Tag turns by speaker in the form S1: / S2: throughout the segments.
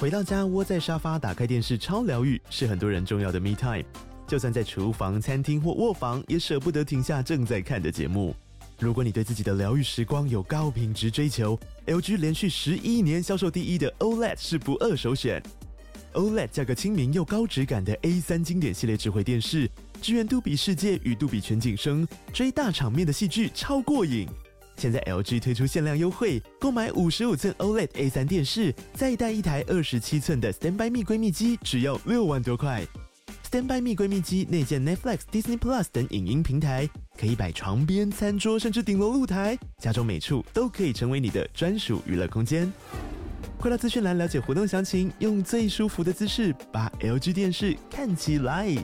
S1: 回到家窝在沙发打开电视超疗愈，是很多人重要的 me time。就算在厨房、餐厅或卧房，也舍不得停下正在看的节目。如果你对自己的疗愈时光有高品质追求， LG 连续11年销售第一的 OLED 是不二首选。OLED 价格亲民又高质感的 A3 经典系列智慧电视，支援杜比世界与杜比全景声，追大场面的戏剧超过瘾。现在 LG 推出限量优惠，购买55寸 OLED A3 电视，再带一台27寸的 Standby 蜜闺蜜机，只要6万多块。Standby 蜜闺蜜机内建 Netflix、Disney Plus 等影音平台，可以摆床边、餐桌，甚至顶楼露台，家中每处都可以成为你的专属娱乐空间。快到资讯栏了解活动详情，用最舒服的姿势把 LG 电视看起来。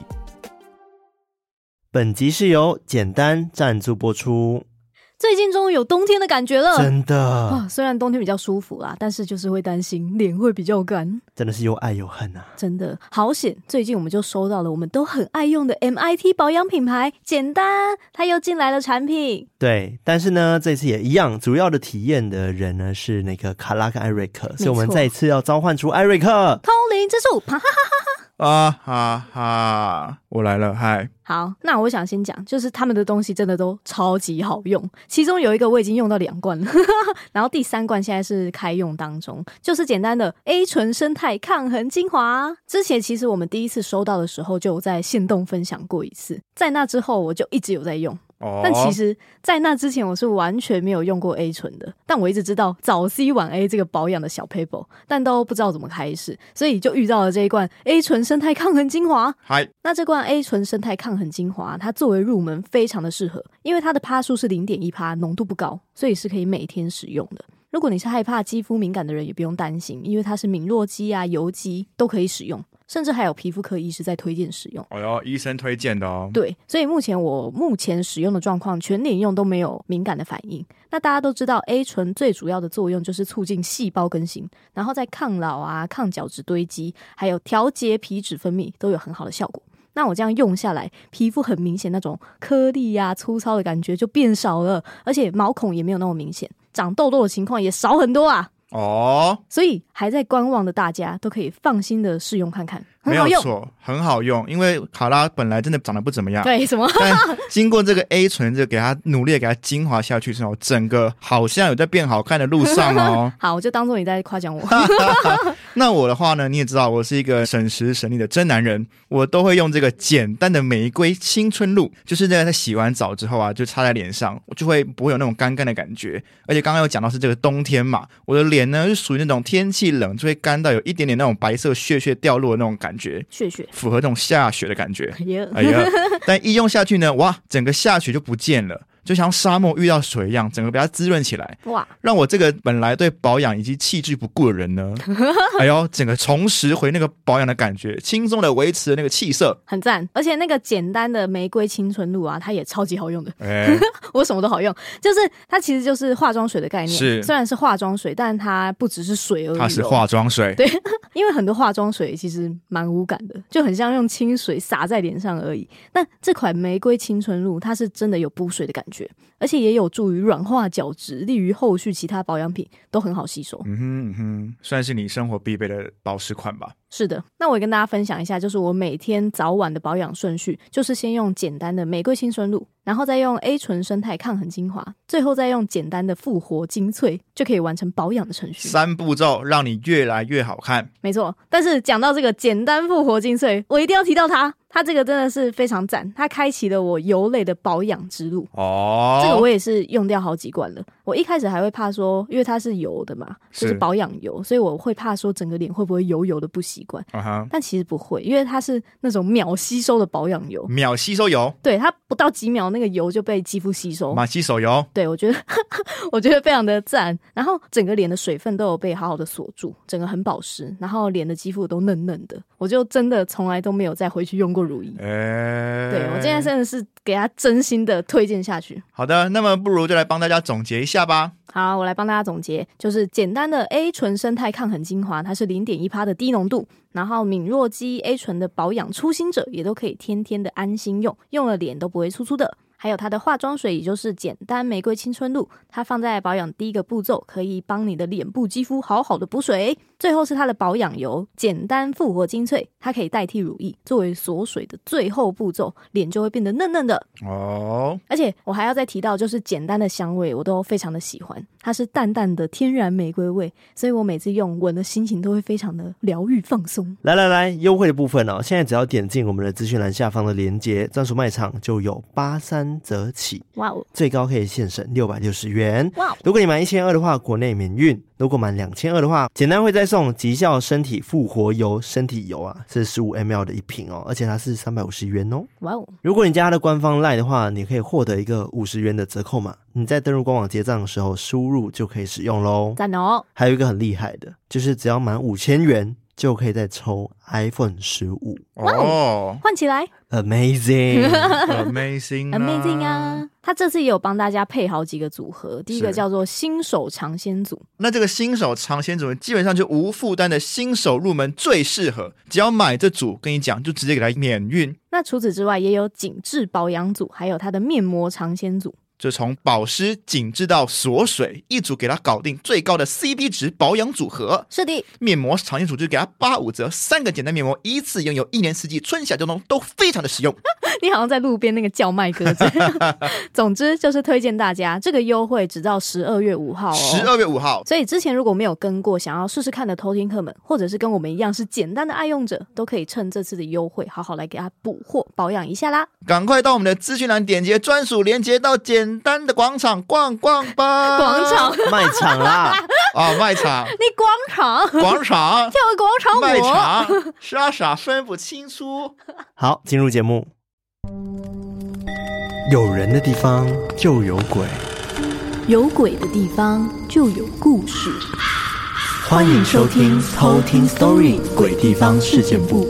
S2: 本集是由简单赞助播出。
S3: 最近终于有冬天的感觉了，
S2: 真的
S3: 虽然冬天比较舒服啦，但是就是会担心脸会比较干，
S2: 真的是又爱又恨啊！
S3: 真的好险，最近我们就收到了我们都很爱用的 MIT 保养品牌简单，它又进来了产品。
S2: 对，但是呢这次也一样，主要的体验的人呢是那个卡拉跟艾瑞克，所以我们再一次要召唤出艾瑞克，
S3: 通灵之术，哈哈哈哈！
S4: 啊哈哈，我来了，嗨！
S3: 好，那我想先讲，就是他们的东西真的都超级好用，其中有一个我已经用到2罐了然后第3罐现在是开用当中，就是简单的 A 醇生态抗衡精华。之前其实我们第一次收到的时候就有在限动分享过一次，在那之后我就一直有在用。但其实在那之前我是完全没有用过 A 醇的，但我一直知道早 C 晚 A 这个保养的小 paper， 但都不知道怎么开始，所以就遇到了这一罐 A 醇生态抗衡精华。
S4: 嗨，
S3: 那这罐 A 醇生态抗衡精华它作为入门非常的适合，因为它的趴数是 0.1%， 浓度不高，所以是可以每天使用的。如果你是害怕肌肤敏感的人也不用担心，因为它是敏弱肌啊、油肌都可以使用，甚至还有皮肤科医师在推荐使用。
S4: 哎呦，医生推荐的哦。
S3: 对，所以我目前使用的状况，全脸用都没有敏感的反应。那大家都知道 A 醇最主要的作用就是促进细胞更新，然后在抗老啊、抗角质堆积，还有调节皮脂分泌都有很好的效果。那我这样用下来，皮肤很明显那种颗粒啊、粗糙的感觉就变少了，而且毛孔也没有那么明显，长痘痘的情况也少很多啊。所以还在观望的大家都可以放心的试用看看，很好用。
S4: 没有错，很好用，因为卡拉本来真的长得不怎么样，
S3: 对，什么？
S4: 但经过这个 A 醇这个给它努力的给它精华下去之后，整个好像有在变好看的路上哦。
S3: 好，我就当做你在夸奖我。
S4: 那我的话呢，你也知道我是一个省时省力的真男人，我都会用这个简单的玫瑰青春露，就是那个在洗完澡之后啊，就擦在脸上，我就会不会有那种干干的感觉。而且刚刚有讲到是这个冬天嘛，我的脸呢是属于那种天气冷就会干到有一点点那种白色屑屑掉落的那种感觉，
S3: 屑
S4: 符合这种下雪的感觉。
S3: 哎呀，
S4: 但一用下去呢，哇，整个下雪就不见了，就像沙漠遇到水一样，整个被它滋润起来。哇！让我这个本来对保养以及气质不顾的人呢，哎呦，整个重拾回那个保养的感觉，轻松的维持了那个气色，
S3: 很赞。而且那个简单的玫瑰青春露啊，它也超级好用的。我什么都好用，就是它其实就是化妆水的概念。是，虽然是化妆水，但它不只是水而已。
S4: 它是化妆水。
S3: 对，因为很多化妆水其实蛮无感的，就很像用清水洒在脸上而已。但这款玫瑰青春露，它是真的有补水的感觉，而且也有助于软化角质，利于后续其他保养品都很好吸收。
S4: 算是你生活必备的保湿款吧。
S3: 是的，那我也跟大家分享一下，就是我每天早晚的保养顺序，就是先用简单的玫瑰青春露，然后再用 A 醇生态抗衡精华，最后再用简单的复活精粹，就可以完成保养的程序。
S4: 3步骤让你越来越好看。
S3: 没错，但是讲到这个简单复活精粹，我一定要提到它这个真的是非常赞，它开启了我油类的保养之路。这个我也是用掉好几罐了。我一开始还会怕说，因为它是油的嘛，就是保养油，所以我会怕说整个脸会不会油油的不习惯。但其实不会，因为它是那种秒吸收的保养油，
S4: 秒吸收油。
S3: 对，它不到几秒那个油就被肌肤吸收，
S4: 马吸手油。
S3: 对，我觉得非常的赞。然后整个脸的水分都有被好好的锁住，整个很保湿，然后脸的肌肤都嫩嫩的，我就真的从来都没有再回去用过乳液。对，我今天真的是给他真心的推荐下去。
S4: 好的，那么不如就来帮大家总结一下吧。
S3: 好，我来帮大家总结，就是简单的 A 醇生态抗衡精华，它是 0.1% 的低浓度，然后敏弱肌 A 醇的保养初心者也都可以天天的安心用，用了脸都不会粗粗的。 还有它的化妆水，也就是简单玫瑰青春露，它放在保养第一个步骤，可以帮你的脸部肌肤好好的补水。最后是它的保养油，简单复活精粹，它可以代替乳液，作为锁水的最后步骤，脸就会变得嫩嫩的
S4: 哦。
S3: 而且我还要再提到，就是简单的香味我都非常的喜欢，它是淡淡的天然玫瑰味，所以我每次用闻的心情都会非常的疗愈放松。
S2: 来，优惠的部分现在只要点进我们的资讯栏下方的连结，专属卖场就有83折起，
S3: 哇哦，
S2: 最高可以现省660元。
S3: 哇哦，
S2: 如果你满1200的话，国内免运。如果满2200的话，简单会再送极效身体复活油，身体油啊是15ml 的一瓶而且它是350元哦。
S3: 哇哦！
S2: 如果你加它的官方 LINE 的话，你可以获得一个50元的折扣码，你在登入官网结账的时候输入就可以使用咯。
S3: 赞哦！
S2: 还有一个很厉害的，就是只要满5000元就可以再抽 iPhone 15
S4: 哦，
S3: 换起来
S2: Amazing
S3: Amazing 啊！他这次也有帮大家配好几个组合，第一个叫做新手尝鲜组。
S4: 那这个新手尝鲜组基本上就无负担的新手入门最适合，只要买这组跟你讲就直接给它免运。
S3: 那除此之外也有紧致保养组，还有它的面膜尝鲜组，
S4: 就从保湿、紧致到锁水，一组给它搞定最高的 CP 值保养组合。
S3: 是的，
S4: 面膜常见组就给它85折，3个简单面膜一次拥有1年4季春夏秋冬都非常的实用。
S3: 你好像在路边那个叫卖鸽子。总之就是推荐大家，这个优惠直到12月5号
S4: 12月5号。
S3: 所以之前如果没有跟过，想要试试看的偷听客们，或者是跟我们一样是简单的爱用者，都可以趁这次的优惠好好来给它补货保养一下啦。
S4: 赶快到我们的资讯栏点击专属连结到简单的广场逛逛吧。
S3: 广场
S2: 卖场啦
S4: 卖场
S3: 你广场跳个广场舞，
S4: 卖场傻傻分不清楚。
S2: 好，进入节目。有人的地方就有鬼，
S3: 有鬼的地方就有故事。
S2: 欢迎收听偷听 Story 鬼地方事件部。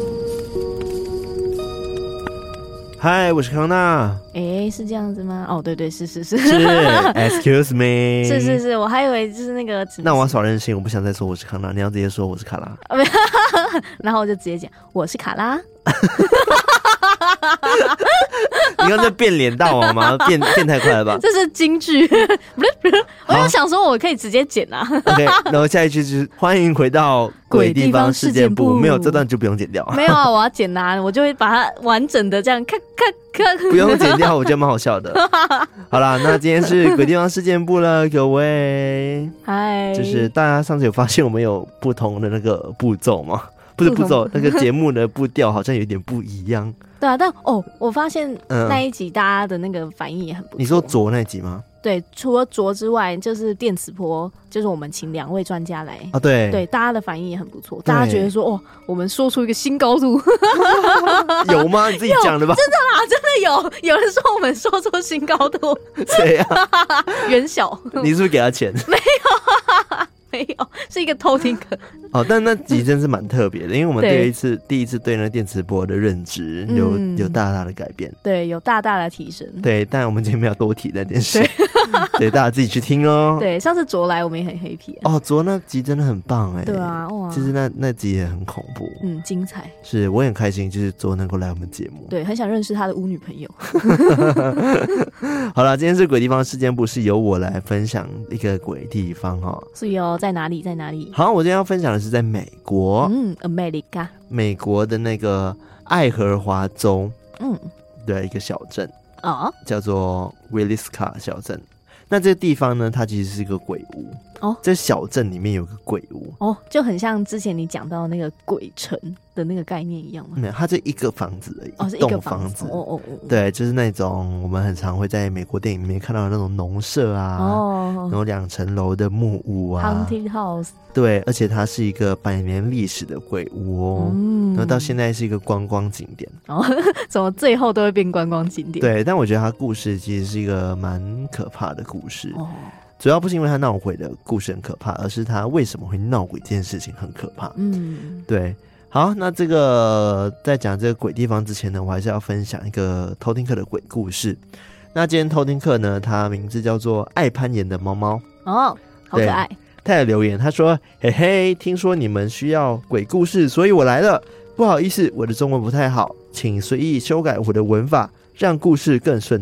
S2: 嗨，我是康纳。
S3: 是这样子吗？哦，对，是
S2: Excuse me
S3: 是，我还以为就是那个
S2: 那我要耍任性，我不想再说我是康纳，你要直接说我是卡拉。
S3: 然后我就直接讲我是卡拉。
S2: 你刚才变脸大王吗？变太快了吧？
S3: 这是京剧。我有想说我可以直接剪啊。
S2: OK， 然后下一句就是欢迎回到鬼地方事件部。没有这段就不用剪掉。
S3: 没有啊，我要剪啊，我就会把它完整的这样看。
S2: 不用剪掉，我觉得蛮好笑的。好啦，那今天是鬼地方事件部了，各位。
S3: 嗨，
S2: 就是大家上次有发现我们有不同的那个步骤吗？不是步骤，那个节目的步调好像有点不一样。
S3: 对啊，但我发现那一集大家的那个反应也很不错。
S2: 你说卓那集吗？
S3: 对，除了卓之外，就是电磁波，就是我们请2位专家来
S2: 啊，对，
S3: 大家的反应也很不错，大家觉得说我们说出一个新高度。
S2: 有吗？你自己讲的吧？
S3: 真的啦，真的有人说我们说出新高度。
S2: 谁啊？
S3: 袁晓。
S2: 你是不是给他钱？
S3: 没有。没有，是一个偷听课。
S2: 但那集真是蛮特别的，因为我们第一次对那电磁波的认知有大大的改变，
S3: 对，有大大的提升，
S2: 对，但我们今天没有多提那件事，对，大家自己去听哦。
S3: 对，上次卓来我们也很黑皮
S2: 卓那集真的很棒
S3: 对啊，哇，
S2: 其实那集也很恐怖，
S3: 精彩，
S2: 是我也很开心，就是卓能够来我们节目，
S3: 对，很想认识他的巫女朋友。
S2: 好啦，今天是鬼地方事件部，是由我来分享一个鬼地方
S3: 是在哪里？
S2: 好，我今天要分享的是在美国
S3: ，America，
S2: 美国的那个爱荷华州，对，一个小镇叫做威利斯卡小镇。那这个地方呢，它其实是一个鬼屋这小镇里面有个鬼屋
S3: 就很像之前你讲到那个鬼城的那个概念一样吗？
S2: 没有，它这一个房子而已，
S3: 是一个
S2: 房子
S3: 对，
S2: 就是那种我们很常会在美国电影里面看到的那种农舍啊，然后2层楼的木屋啊
S3: ，Haunted House，
S2: 对，而且它是一个100年历史的鬼屋然后到现在是一个观光景点
S3: 怎么最后都会变观光景点？
S2: 对，但我觉得它故事其实是一个蛮可怕的故事主要不是因为他闹鬼的故事很可怕，而是他为什么会闹鬼这件事情很可怕。对。好，那这个在讲这个鬼地方之前呢，我还是要分享一个偷听客的鬼故事。那今天偷听客呢，他名字叫做爱攀岩的猫猫
S3: 好可爱。
S2: 他有留言，他说：“嘿嘿，听说你们需要鬼故事，所以我来了。不好意思，我的中文不太好，请随意修改我的文法，让故事更顺畅。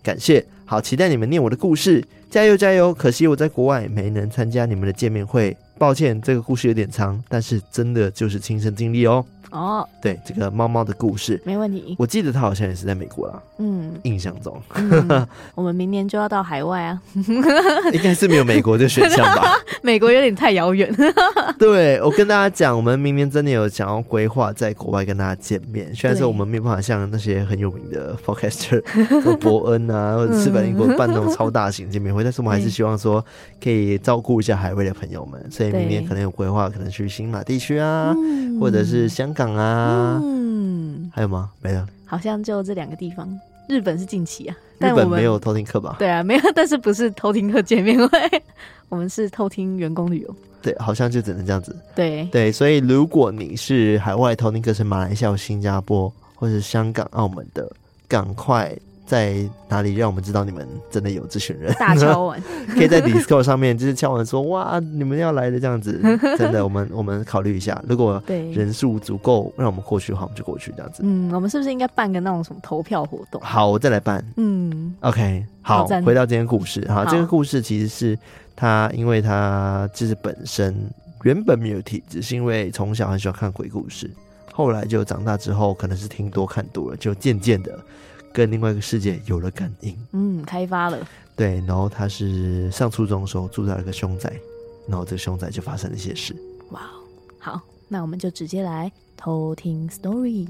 S2: 感谢。好，期待你们念我的故事，加油加油！可惜我在国外没能参加你们的见面会，抱歉，这个故事有点长，但是真的就是亲身经历哦。对，这个猫猫的故事
S3: 没问题。
S2: 我记得他好像也是在美国啦，印象中。
S3: 我们明年就要到海外啊，
S2: 应该是没有美国的选项吧？
S3: 美国有点太遥远。
S2: 对，我跟大家讲，我们明年真的有想要规划在国外跟大家见面，虽然说我们没办法像那些很有名的 podcaster 像伯恩啊或者是百灵果办那种超大型见面会，但是我们还是希望说可以照顾一下海外的朋友们，所以明年可能有规划，可能去新马地区啊，或者是香港啊，还有吗？没了，
S3: 好像就这2个地方。日本是近期啊，但
S2: 日本没有偷听课吧？
S3: 对啊，没有，但是不是偷听课见面会，我们是偷听员工旅游。
S2: 对，好像就只能这样子。
S3: 对，
S2: 所以如果你是海外偷听课，是马来西亚、新加坡或是香港、澳门的，赶快在哪里让我们知道你们真的有这群人，
S3: 大敲碗
S2: 可以在 Discord 上面就是敲碗说哇你们要来的这样子，真的我们考虑一下，如果人数足够让我们过去的话，我们就过去这样子。
S3: 我们是不是应该办个那种什么投票活动？
S2: 好，我再来办。OK， 好，回到今天故事。好，这个故事其实是他，因为他就是本身原本没有体质，是因为从小很喜欢看鬼故事，后来就长大之后可能是听多看多了，就渐渐的跟另外一个世界有了感应，
S3: 开发了。对，
S2: 然后他是上初中的时候住在了一个凶宅，然后这个凶宅就发生了一些事。
S3: 哇，好，那我们就直接来偷听 story。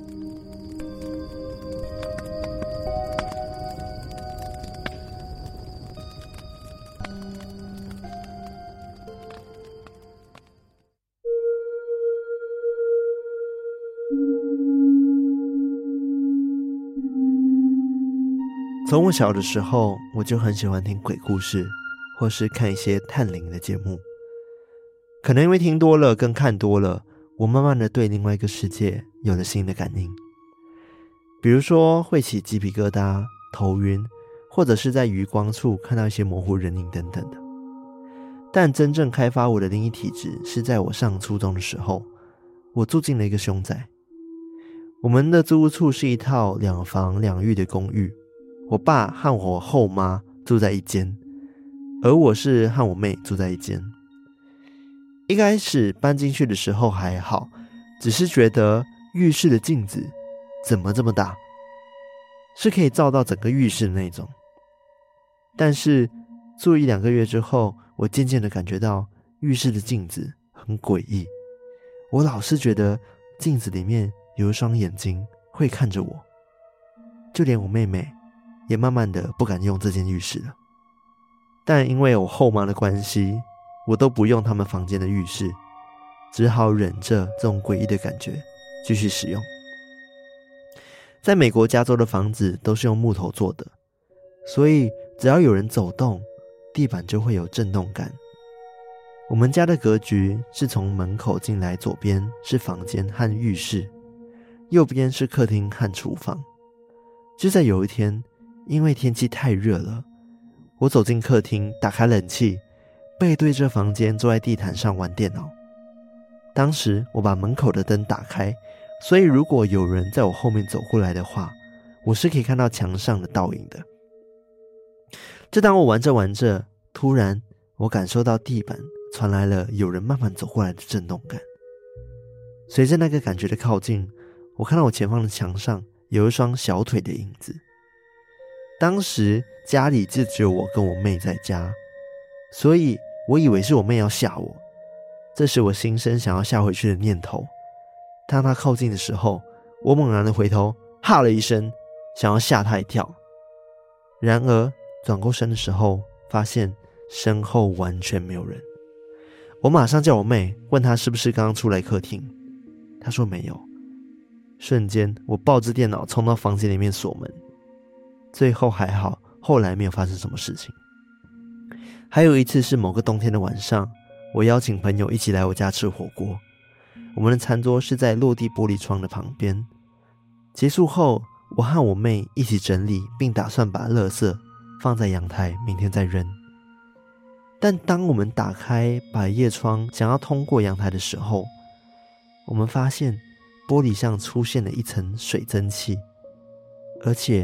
S2: 从我小的时候，我就很喜欢听鬼故事，或是看一些探灵的节目。可能因为听多了跟看多了，我慢慢的对另外一个世界有了新的感应。比如说会起鸡皮疙瘩、头晕，或者是在余光处看到一些模糊人影等等的。但真正开发我的灵异体质是在我上初中的时候，我住进了一个凶宅。我们的租屋处是一套2房2浴的公寓，我爸和我后妈住在一间，而我是和我妹住在一间。一开始搬进去的时候还好，只是觉得浴室的镜子怎么这么大，是可以照到整个浴室的那种。但是住1-2个月之后，我渐渐的感觉到浴室的镜子很诡异，我老是觉得镜子里面有一双眼睛会看着我，就连我妹妹也慢慢的不敢用这间浴室了。但因为我后妈的关系，我都不用他们房间的浴室，只好忍着这种诡异的感觉继续使用。在美国加州的房子都是用木头做的，所以只要有人走动，地板就会有震动感。我们家的格局是从门口进来，左边是房间和浴室，右边是客厅和厨房。就在有一天，因为天气太热了，我走进客厅，打开冷气，背对着房间坐在地毯上玩电脑。当时我把门口的灯打开，所以如果有人在我后面走过来的话，我是可以看到墙上的倒影的。就当我玩着玩着，突然我感受到地板传来了有人慢慢走过来的震动感。随着那个感觉的靠近，我看到我前方的墙上有一双小腿的影子。当时家里就只有我跟我妹在家，所以我以为是我妹要吓我。这时我心生想要吓回去的念头。当她靠近的时候，我猛然的回头哈了一声，想要吓她一跳。然而转过身的时候，发现身后完全没有人。我马上叫我妹，问她是不是刚刚出来客厅，她说没有。瞬间我抱着电脑冲到房间里面锁门。最后还好，后来没有发生什么事情。还有一次是某个冬天的晚上，我邀请朋友一起来我家吃火锅。我们的餐桌是在落地玻璃窗的旁边。结束后，我和我妹一起整理，并打算把垃圾放在阳台，明天再扔。但当我们打开百叶窗想要通过阳台的时候，我们发现玻璃上出现了一层水蒸气，而且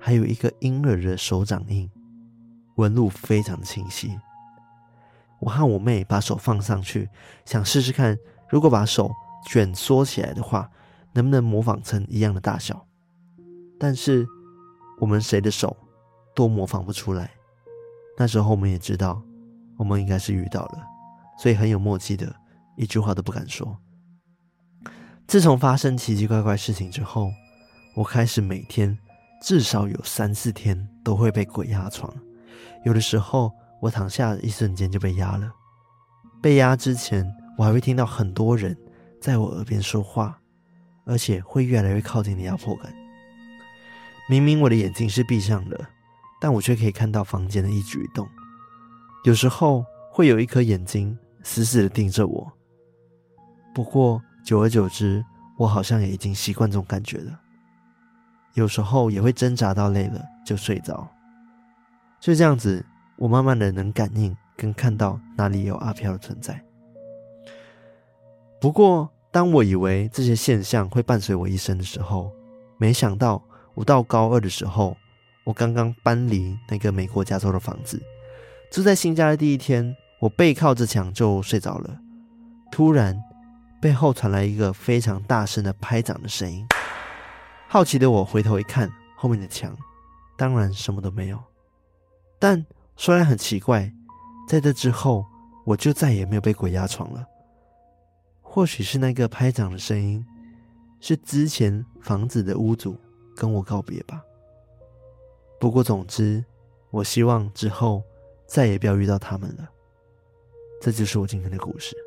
S2: 还有一个婴儿的手掌印，纹路非常清晰。我和我妹把手放上去，想试试看，如果把手卷缩起来的话，能不能模仿成一样的大小。但是我们谁的手都模仿不出来。那时候我们也知道我们应该是遇到了，所以很有默契的一句话都不敢说。自从发生奇奇怪怪事情之后，我开始每天至少有3-4天都会被鬼压床。有的时候我躺下的一瞬间就被压了，被压之前我还会听到很多人在我耳边说话，而且会越来越靠近的压迫感。明明我的眼睛是闭上的，但我却可以看到房间的一举一动。有时候会有一颗眼睛死死地盯着我，不过久而久之，我好像也已经习惯这种感觉了。有时候也会挣扎到累了就睡着。就这样子，我慢慢的能感应跟看到哪里有阿飘的存在。不过当我以为这些现象会伴随我一生的时候，没想到我到高2的时候，我刚刚搬离那个美国加州的房子，住在新家的第一天，我背靠着墙就睡着了。突然背后传来一个非常大声的拍掌的声音。好奇的我回头一看，后面的墙当然什么都没有。但说来很奇怪，在这之后我就再也没有被鬼压床了。或许是那个拍掌的声音是之前房子的屋主跟我告别吧。不过总之，我希望之后再也不要遇到他们了。这就是我今天的故事。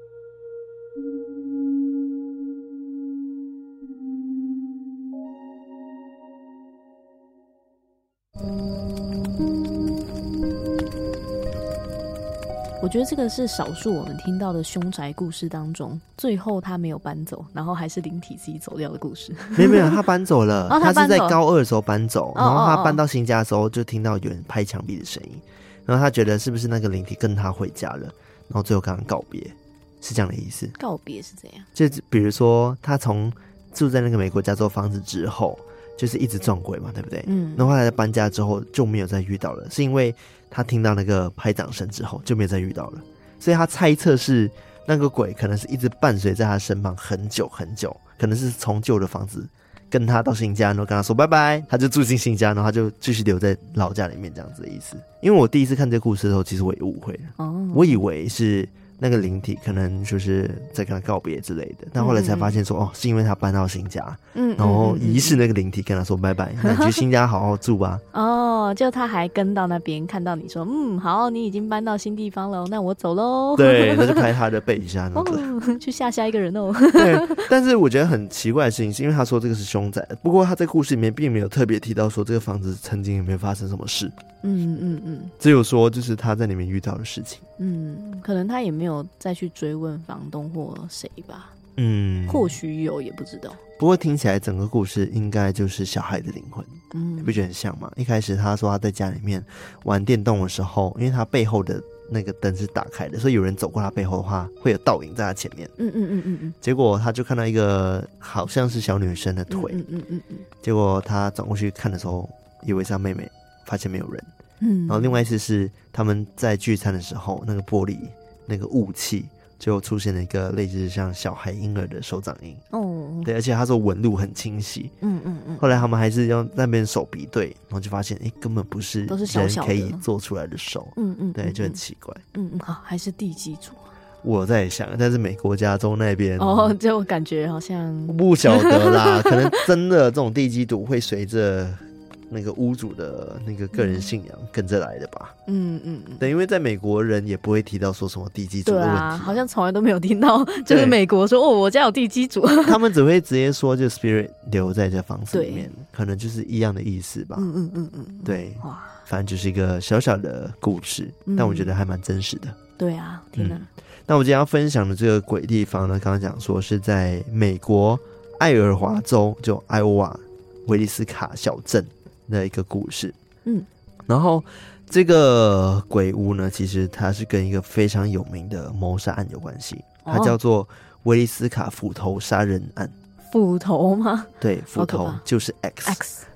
S3: 我觉得这个是少数我们听到的凶宅故事当中，最后他没有搬走，然后还是灵体自己走掉的故事。
S2: 没有，他搬走了。他是在高2的时候搬走，然后他搬到新家的时候就听到有人拍墙壁的声音，然后他觉得是不是那个灵体跟他回家了，然后最后跟他告别，是这样的意思。
S3: 告别是怎样？
S2: 就比如说他从住在那个美国加州房子之后，就是一直撞鬼嘛，对不对？然后后来搬家之后就没有再遇到了，是因为他听到那个拍掌声之后就没有再遇到了，所以他猜测是那个鬼可能是一直伴随在他身旁很久很久，可能是从旧的房子跟他到新家，然后跟他说拜拜，他就住进新家，然后他就继续留在老家里面，这样子的意思。因为我第一次看这个故事的时候，其实我也误会了，我以为是那个灵体可能就是在跟他告别之类的，但后来才发现说，是因为他搬到新家，然后仪式那个灵体跟他说拜拜，那你去新家好好住吧。
S3: 就他还跟到那边看到你说，好，你已经搬到新地方了，那我走咯。
S2: 对，那就拍他的背一下，
S3: 去吓下一个人哦。
S2: 对，但是我觉得很奇怪的事情是因为他说这个是凶宅，不过他在故事里面并没有特别提到说这个房子曾经有没有发生什么事。只有说就是他在里面遇到的事情。
S3: 可能他也没有再去追问房东或谁吧。或许有，也不知道。
S2: 不过听起来整个故事应该就是小孩的灵魂，你不觉得很像吗？一开始他说他在家里面玩电动的时候，因为他背后的那个灯是打开的，所以有人走过他背后的话会有倒影在他前面。结果他就看到一个好像是小女生的腿，结果他转过去看的时候以为是他妹妹，发现没有人。然后另外一次是他们在聚餐的时候，那个玻璃那个雾气就出现了一个类似像小孩婴儿的手掌印。对，而且他说纹路很清晰。后来他们还是用那边手比对，然后就发现根本不是人可以做出来的手。对，就很奇怪。
S3: 好，还是地基主。
S2: 我在想，但是美国加州那边
S3: 就感觉好像
S2: 不晓得啦，可能真的这种地基主会随着那个屋主的那个个人信仰跟着来的吧。对，因为在美国人也不会提到说什么地基主的问题。对啊，
S3: 好像从来都没有听到就是美国说我家有地基主。
S2: 他们只会直接说就 spirit 留在这房子里面，可能就是一样的意思吧。对，反正就是一个小小的故事，但我觉得还蛮真实的。
S3: 对啊，天哪。
S2: 那我今天要分享的这个鬼地方呢，刚刚讲说是在美国爱尔华州，就艾欧瓦维利斯卡小镇的一个故事。然后这个鬼屋呢，其实它是跟一个非常有名的谋杀案有关系，它叫做维利斯卡斧头杀人案。
S3: 斧头吗？
S2: 对，斧头就是 X。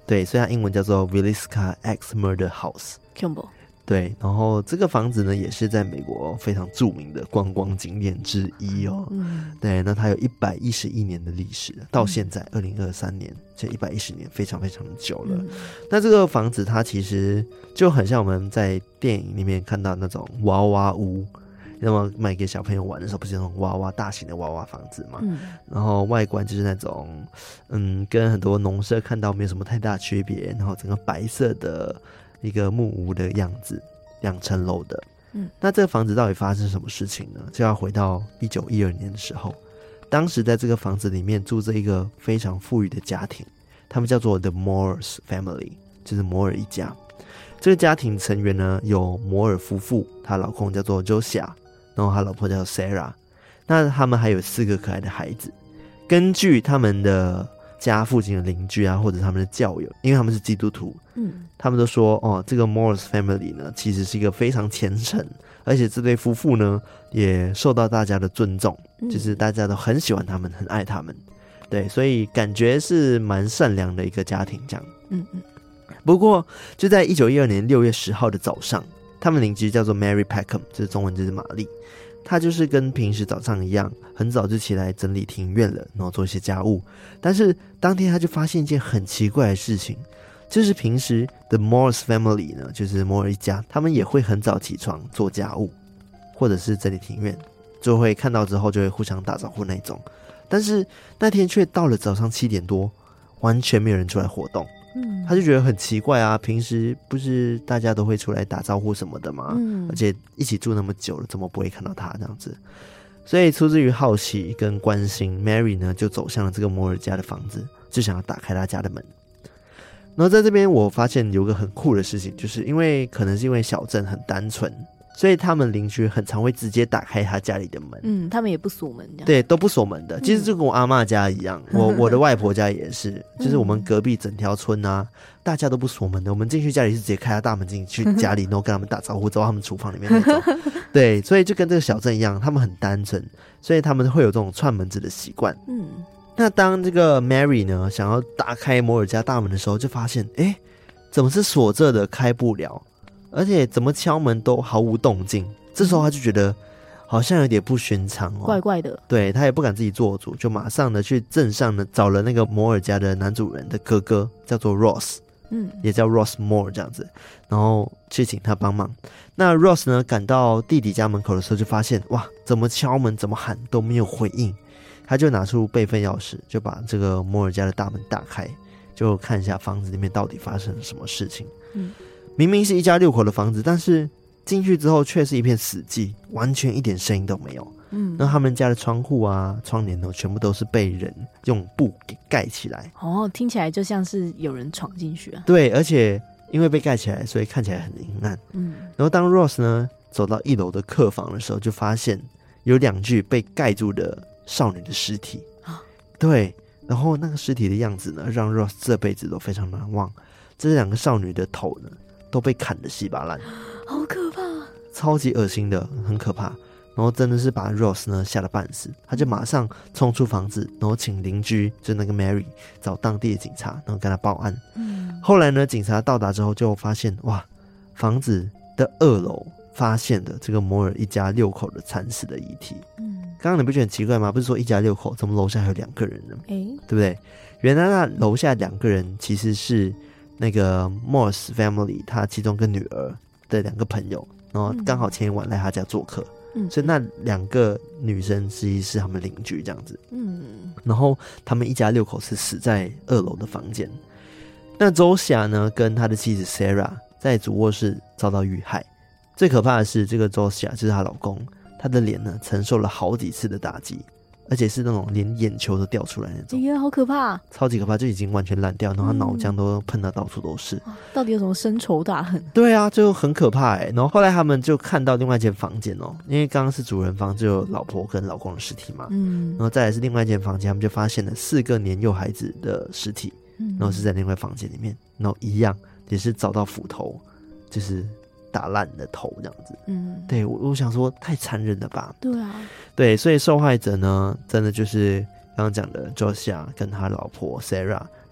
S2: 对，所以它英文叫做 Villisca X Murder House。对，然后这个房子呢也是在美国非常著名的观光景点之一哦。对，那它有111年的历史，到现在2023年，这110年非常非常的久了。那这个房子它其实就很像我们在电影里面看到那种娃娃屋，那么卖给小朋友玩的时候，不是那种娃娃大型的娃娃房子嘛？然后外观就是那种跟很多农舍看到没有什么太大区别，然后整个白色的一个木屋的样子，2层楼的。那这个房子到底发生什么事情呢？就要回到1912年的时候，当时在这个房子里面住着一个非常富裕的家庭，他们叫做 The Moores Family， 就是摩尔一家。这个家庭成员呢有摩尔夫妇，他老公叫做 Josiah， 然后他老婆叫做 Sarah， 那他们还有4个可爱的孩子。根据他们的家附近的邻居啊，或者他们的教友，因为他们是基督徒，他们都说这个 Moores Family 呢其实是一个非常虔诚，而且这对夫妇呢也受到大家的尊重，就是大家都很喜欢他们，很爱他们。对，所以感觉是蛮善良的一个家庭这样。不过就在1912年6月10号的早上，他们邻居叫做 Mary Peckham， 就是中文就是玛丽，她就是跟平时早上一样，很早就起来整理庭院了，然后做一些家务。但是当天她就发现一件很奇怪的事情，就是平时 The Moores Family 呢，就是摩尔一家，他们也会很早起床做家务，或者是整理庭院，就会看到之后就会互相打招呼那种。但是那天却到了早上7点多，完全没有人出来活动。他就觉得很奇怪啊，平时不是大家都会出来打招呼什么的吗？而且一起住那么久了，怎么不会看到他这样子？所以出自于好奇跟关心， Mary 呢就走向了这个摩尔家的房子，就想要打开他家的门。然后在这边我发现有个很酷的事情，就是因为可能是因为小镇很单纯，所以他们邻居很常会直接打开他家里的门。
S3: 他们也不锁门这样。
S2: 对，都不锁门的。其实就跟我阿嬷家一样，我的外婆家也是，就是我们隔壁整条村啊，大家都不锁门的。我们进去家里是直接开他大门进去家里，然后跟他们打招呼，走到他们厨房里面那种。对，所以就跟这个小镇一样，他们很单纯，所以他们会有这种串门子的习惯。那当这个 Mary 呢想要打开摩尔家大门的时候，就发现怎么是锁着的，开不了，而且怎么敲门都毫无动静。这时候他就觉得好像有点不寻常
S3: 怪怪的。
S2: 对，他也不敢自己做主，就马上的去镇上呢找了那个摩尔家的男主人的哥哥，叫做 Ross， 也叫 Ross Moore 这样子，然后去请他帮忙。那 Ross 呢赶到弟弟家门口的时候，就发现哇，怎么敲门怎么喊都没有回应。他就拿出备份钥匙，就把这个摩尔家的大门打开，就看一下房子里面到底发生了什么事情。明明是一家6口的房子，但是进去之后却是一片死寂，完全一点声音都没有。那他们家的窗户啊、窗帘呢，全部都是被人用布给盖起来。
S3: 听起来就像是有人闯进去啊。
S2: 对，而且因为被盖起来，所以看起来很阴暗。然后当 Ross 呢走到1楼的客房的时候，就发现有2具被盖住的少女的尸体。对，然后那个尸体的样子呢，让 Ross 这辈子都非常难忘。这2个少女的头呢，都被砍得稀巴烂，
S3: 好可怕，
S2: 超级恶心的，很可怕。然后真的是把 Ross 呢吓得半死，他就马上冲出房子，然后请邻居，就那个 Mary 找当地的警察，然后跟他报案。后来呢，警察到达之后就发现，哇，房子的2楼发现了这个摩尔一家6口的惨死的遗体。刚刚你不觉得很奇怪吗？不是说一家6口，怎么楼下还有2个人呢？对不对？原来那楼下2个人其实是那个 Moores Family 他其中一个女儿的2个朋友，然后刚好前一晚来他家做客，所以那2个女生其实是他们邻居这样子。然后他们一家6口是死在2楼的房间。那周霞呢跟他的妻子 Sarah 在主卧室遭到遇害。最可怕的是这个周霞就是她老公，他的脸呢承受了好几次的打击，而且是那种连眼球都掉出来那种。
S3: 好可怕，
S2: 超级可怕，就已经完全烂掉，然后他脑浆都喷到到处都是。
S3: 到底有什么深仇大恨？
S2: 对啊，就很可怕然后后来他们就看到另外一间房间因为刚刚是主人房，就有老婆跟老公的尸体嘛。然后再来是另外一间房间，他们就发现了4个年幼孩子的尸体，然后是在另外房间里面，然后一样也是找到斧头，就是打烂的头这样子。对，我想说太残忍了吧。
S3: 对啊，
S2: 对，所以受害者呢真的就是刚刚讲的 Josiah 跟他老婆 Sarah，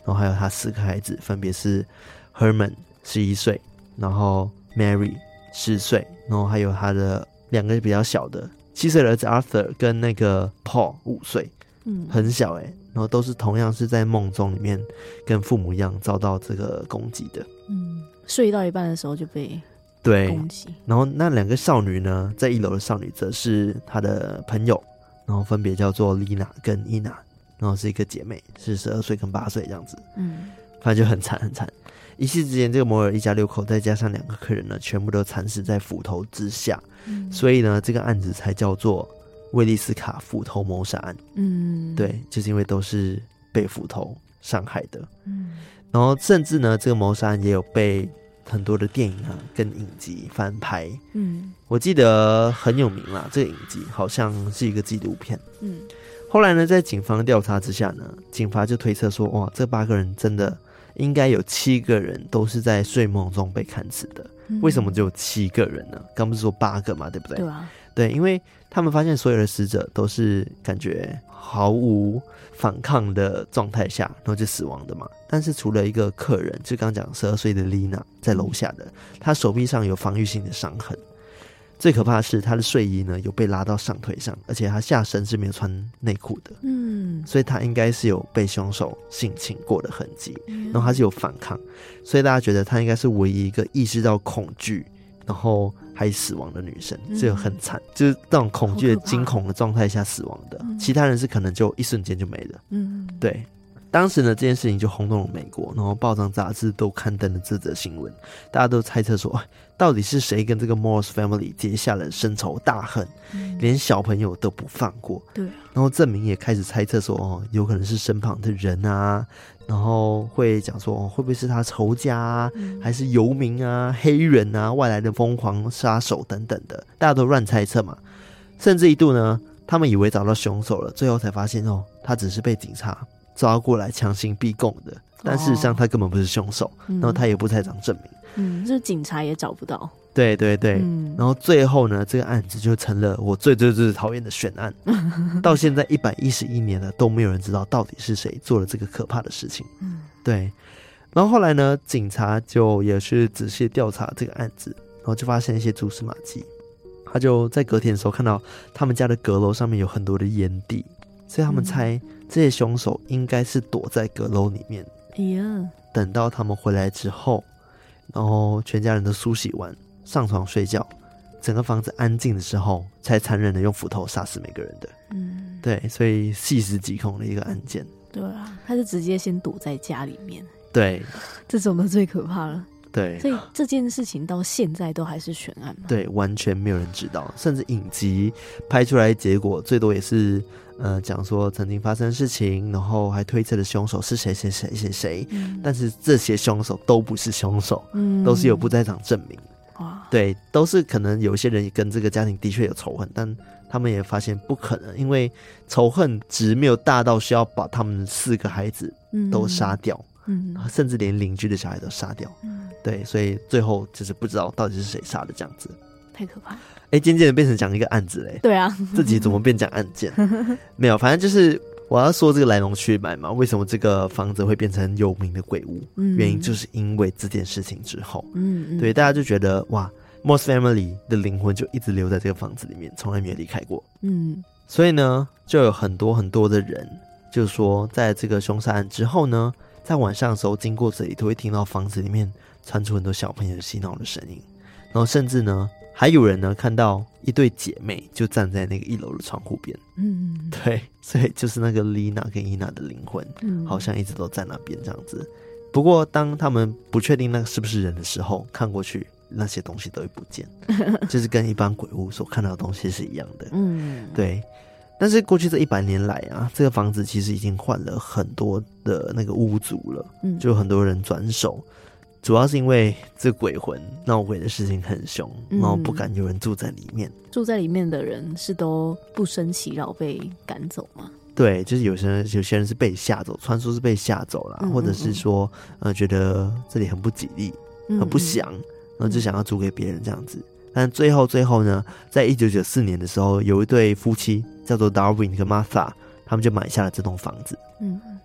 S2: 然后还有他4个孩子，分别是 Herman 11岁，然后 Mary 10岁，然后还有他的2个比较小的7岁的儿子 Arthur 跟那个 Paul 5岁，很小然后都是同样是在梦中里面跟父母一样遭到这个攻击的。
S3: 睡到一半的时候就被攻击。
S2: 然后那2个少女呢，在1楼的少女则是她的朋友，然后分别叫做 Lina 跟 Ina， 然后是一个姐妹，是12岁跟8岁这样子。反正就很惨很惨。一夕之间，这个摩尔一家6口再加上2个客人呢，全部都惨死在斧头之下。所以呢，这个案子才叫做威利斯卡斧头谋杀案。对，就是因为都是被斧头伤害的。然后甚至呢，这个谋杀案也有被很多的电影跟影集翻拍。我记得很有名啦，这个影集好像是一个纪录片。后来呢，在警方调查之下呢，警方就推测说，哇，这8个人真的应该有7个人都是在睡梦中被砍死的。为什么只有7个人呢？刚不是说8个嘛，对不对？
S3: 对啊，
S2: 对，因为他们发现所有的死者都是感觉毫无反抗的状态下，然后就死亡的嘛。但是除了一个客人，就刚讲12岁的 Lina 在楼下的，她手臂上有防御性的伤痕。最可怕的是她的睡衣呢有被拉到上腿上，而且她下身是没有穿内裤的。所以她应该是有被凶手性侵过的痕迹，然后她是有反抗，所以大家觉得她应该是唯一一个意识到恐惧然后还死亡的女生，这个很惨，就是那种恐惧的惊恐的状态下死亡的。其他人是可能就一瞬间就没了。对。当时呢，这件事情就轰动了美国，然后报章杂志都刊登了这则新闻，大家都猜测说，到底是谁跟这个 Morse Family 结下了深仇大恨，连小朋友都不放过。对，然后证明也开始猜测说，有可能是身旁的人啊，然后会讲说，会不会是他仇家啊，还是游民啊、黑人啊、外来的疯狂杀手等等的，大家都乱猜测嘛。甚至一度呢，他们以为找到凶手了，最后才发现他只是被警察抓过来强行逼供的，但事实上他根本不是凶手，然后他也不在场证明。
S3: 这警察也找不到。
S2: 对对对，然后最后呢，这个案子就成了我最讨厌的悬案。到现在111年了，都没有人知道到底是谁做了这个可怕的事情。对。然后后来呢，警察就也是仔细调查这个案子，然后就发现一些蛛丝马迹。他就在隔天的时候看到他们家的阁楼上面有很多的烟蒂，所以他们猜这些凶手应该是躲在阁楼里面。等到他们回来之后，然后全家人都梳洗完上床睡觉，整个房子安静的时候，才残忍的用斧头杀死每个人的。对，所以细思极恐的一个案件。
S3: 对啊，他是直接先躲在家里面。
S2: 对，
S3: 这种的最可怕了。
S2: 对，
S3: 所以这件事情到现在都还是悬案吗？
S2: 对，完全没有人知道，甚至影集拍出来的结果最多也是讲说曾经发生的事情，然后还推测的凶手是谁谁谁谁谁，但是这些凶手都不是凶手，都是有不在场证明。对，都是可能有些人跟这个家庭的确有仇恨，但他们也发现不可能，因为仇恨值没有大到需要把他们4个孩子都杀掉。甚至连邻居的小孩都杀掉。对，所以最后就是不知道到底是谁杀的这样子。
S3: 太可怕了。
S2: 渐渐的变成讲一个案子嘞。
S3: 对啊，
S2: 这集怎么变讲案件？没有，反正就是我要说这个来龙去脉嘛，为什么这个房子会变成有名的鬼屋？原因就是因为这件事情之后，对，大家就觉得哇 Morse Family 的灵魂就一直留在这个房子里面，从来没有离开过。所以呢，就有很多很多的人就说，在这个凶杀案之后呢，在晚上的时候经过这里，都会听到房子里面传出很多小朋友嬉闹的声音，然后甚至呢，还有人呢看到一对姐妹就站在那个1楼的窗户边。对，所以就是那个 Lina 跟 Ina 的灵魂，好像一直都在那边这样子。不过当他们不确定那个是不是人的时候，看过去那些东西都会不见，就是跟一般鬼屋所看到的东西是一样的。对。但是过去这100年来啊，这个房子其实已经换了很多的那个屋主了，就很多人转手，主要是因为这鬼魂闹鬼的事情很凶，然后不敢有人住在里面。
S3: 住在里面的人是都不胜其扰被赶走吗？
S2: 对，就是有些人是被吓走，传说是被吓走了，或者是说觉得这里很不吉利，很不祥，然后就想要租给别人这样子。但最后呢，在1994年的时候，有一对夫妻叫做 Darwin 跟 Martha， 他们就买下了这栋房子。对，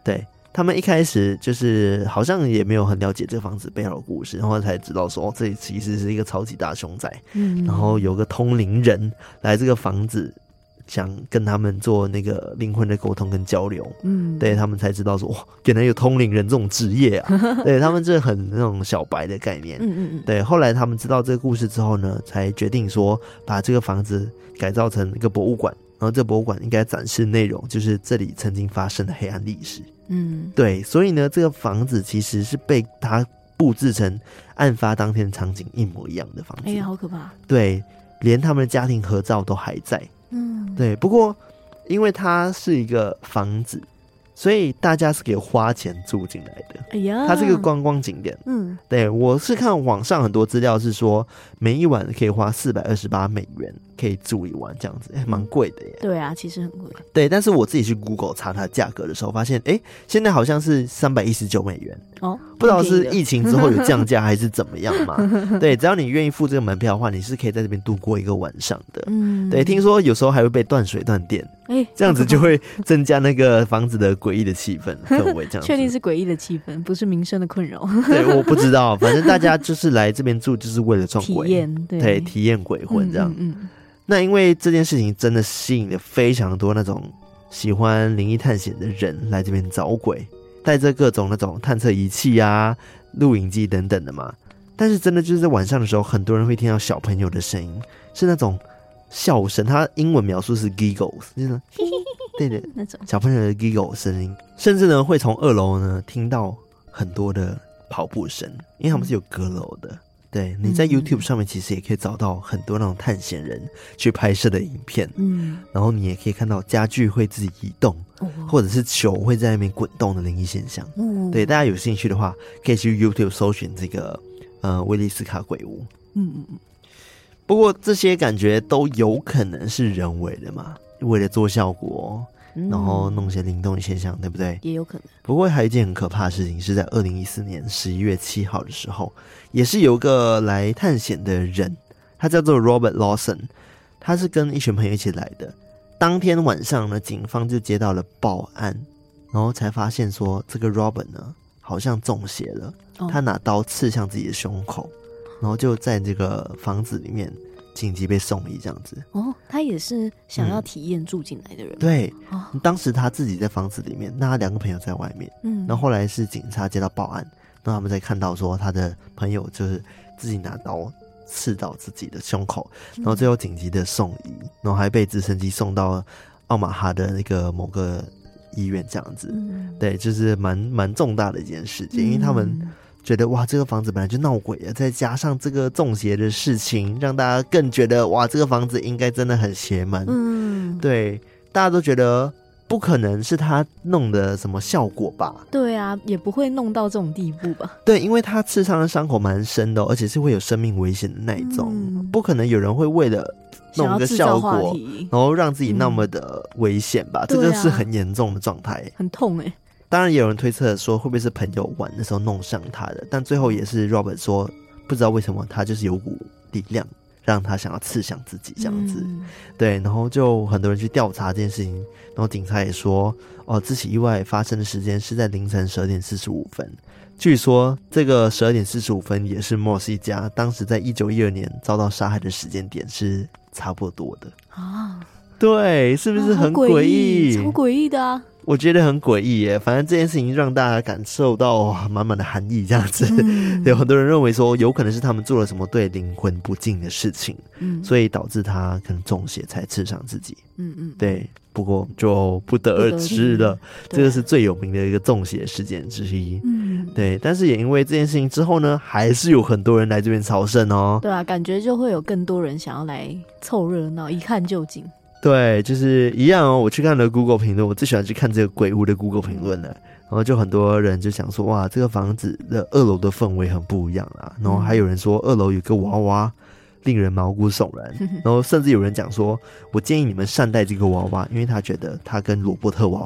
S2: 他们一开始就是好像也没有很了解这个房子背后的故事，然后才知道说这里其实是一个超级大凶宅，然后有个通灵人来这个房子想跟他们做那个灵魂的沟通跟交流，对，他们才知道说哇，原来有通灵人这种职业啊，对，他们这很那种小白的概念，对，后来他们知道这个故事之后呢，才决定说把这个房子改造成一个博物馆，然后这博物馆应该展示内容就是这里曾经发生的黑暗历史，对，所以呢，这个房子其实是被他布置成案发当天的场景一模一样的房子，
S3: 好可怕，
S2: 对，连他们的家庭合照都还在。对，不过因为它是一个房子，所以大家是可以花钱住进来的。它是一个观光景点。对，我是看网上很多资料是说，每一晚可以花$428可以住一晚这样子，蛮贵的耶。
S3: 对啊，其实很贵。
S2: 对，但是我自己去 Google 查它的价格的时候，发现现在好像是$319哦，不知道是疫情之后有降价还是怎么样嘛？对，只要你愿意付这个门票的话，你是可以在这边度过一个晚上的。对，听说有时候还会被断水断电，这样子就会增加那个房子的诡异的气氛氛围。这样子，
S3: 确定是诡异的气氛，不是民生的困扰。
S2: 对，我不知道，反正大家就是来这边住，就是为了撞鬼，
S3: 体验，
S2: 对，体验鬼魂这样。那因为这件事情真的吸引了非常多那种喜欢灵异探险的人来这边找鬼，带着各种那种探测仪器啊、录影机等等的嘛。但是真的就是在晚上的时候，很多人会听到小朋友的声音，是那种笑声，它英文描述是 giggles， 就是对的那种小朋友的 giggle 声音，甚至呢会从2楼呢听到很多的跑步声，因为他们是有阁楼的。对，你在 YouTube 上面其实也可以找到很多那种探险人去拍摄的影片，然后你也可以看到家具会自己移动，或者是球会在那边滚动的灵异现象。对，大家有兴趣的话，可以去 YouTube 搜寻这个威利斯卡鬼屋。不过这些感觉都有可能是人为的嘛，为了做效果。然后弄些灵动的现象，对不对？
S3: 也有可能。
S2: 不过还有一件很可怕的事情，是在2014年11月7号的时候，也是有个来探险的人，他叫做 Robert Lawson， 他是跟一群朋友一起来的。当天晚上呢，警方就接到了报案，然后才发现说这个 Robert 呢好像中邪了，他拿刀刺向自己的胸口，然后就在这个房子里面紧急被送医这样子。
S3: 他也是想要体验住进来的人。
S2: 对，当时他自己在房子里面，那他2个朋友在外面，然后后来是警察接到报案，然后他们才看到说他的朋友就是自己拿刀刺到自己的胸口，然后最后紧急的送医，然后还被直升机送到奥马哈的那个某个医院这样子。对，就是蛮重大的一件事情，因为他们觉得哇，这个房子本来就闹鬼了，再加上这个中邪的事情，让大家更觉得哇，这个房子应该真的很邪门。对，大家都觉得不可能是他弄的什么效果吧？对
S3: 啊，也不会弄到这种地步吧？
S2: 对，因为他刺伤的伤口蛮深的，而且是会有生命危险的那一种，不可能有人会为了弄个效果，然后让自己那么的危险吧？这个是很严重的状态，
S3: 很痛欸。
S2: 当然也有人推测说会不会是朋友玩的时候弄伤他的，但最后也是 Robert 说不知道为什么他就是有股力量让他想要刺向自己这样子。对，然后就很多人去调查这件事情，然后警察也说这起意外发生的时间是在凌晨12点45分，据说这个12点45分也是 Morse 一家当时在1912年遭到杀害的时间点是差不多的啊。对，是不是很诡异？
S3: 超诡异的啊！
S2: 我觉得很诡异耶，反正这件事情让大家感受到满满的寒意这样子。有很多人认为说有可能是他们做了什么对灵魂不敬的事情，所以导致他可能中邪才刺伤自己。对，不过就不得而知了。这个是最有名的一个中邪事件之一。对，但是也因为这件事情之后呢，还是有很多人来这边朝圣哦。
S3: 对啊，感觉就会有更多人想要来凑热闹，一看究竟。
S2: 对，就是一样哦。我去看了 Google 评论，我最喜欢去看这个鬼屋的 Google 评论了。然后就很多人就想说，哇，这个房子的2楼的氛围很不一样啦。然后还有人说2楼有个娃娃，令人毛骨悚然。然后甚至有人讲说，我建议你们善待这个娃娃，因为他觉得他跟罗伯特娃娃